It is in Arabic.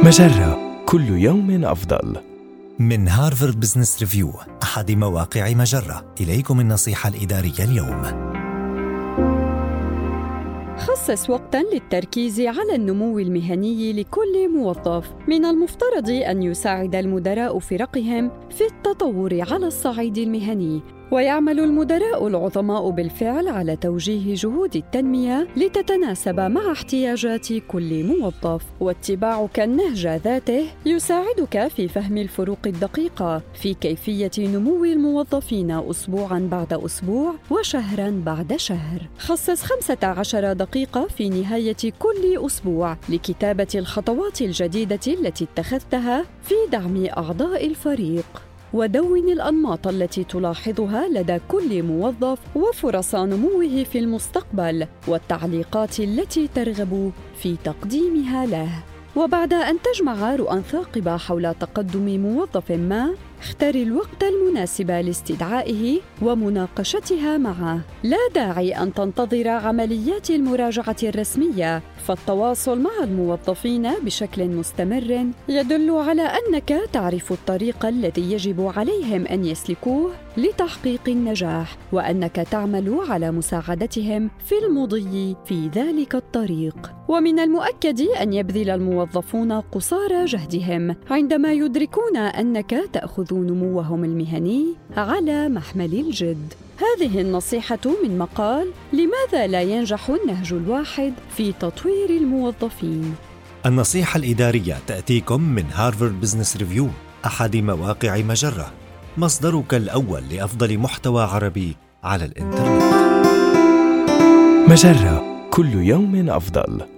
مجرة، كل يوم أفضل. من هارفارد بزنس ريفيو، أحد مواقع مجرة، إليكم النصيحة الإدارية اليوم. خصص وقتاً للتركيز على النمو المهني لكل موظف. من المفترض أن يساعد المدراء فرقهم في التطور على الصعيد المهني، ويعمل المدراء العظماء بالفعل على توجيه جهود التنمية لتتناسب مع احتياجات كل موظف. واتباعك النهج ذاته يساعدك في فهم الفروق الدقيقة في كيفية نمو الموظفين أسبوعاً بعد أسبوع وشهراً بعد شهر. خصص 15 دقيقة في نهاية كل أسبوع لكتابة الخطوات الجديدة التي اتخذتها في دعم أعضاء الفريق. ودون الأنماط التي تلاحظها لدى كل موظف وفرص نموه في المستقبل والتعليقات التي ترغب في تقديمها له. وبعد أن تجمع رؤى ثاقبة حول تقدم موظف ما، اختر الوقت المناسب لاستدعائه ومناقشتها معه. لا داعي أن تنتظر عمليات المراجعة الرسمية، فالتواصل مع الموظفين بشكل مستمر يدل على أنك تعرف الطريق الذي يجب عليهم أن يسلكوه لتحقيق النجاح، وأنك تعمل على مساعدتهم في المضي في ذلك الطريق. ومن المؤكد أن يبذل الموظفون قصارى جهدهم عندما يدركون أنك تأخذ نموهم المهني على محمل الجد. هذه النصيحة من مقال لماذا لا ينجح النهج الواحد في تطوير الموظفين. النصيحة الإدارية تأتيكم من هارفارد بزنس ريفيو، أحد مواقع مجرة، مصدرك الأول لأفضل محتوى عربي على الإنترنت. مجرة، كل يوم أفضل.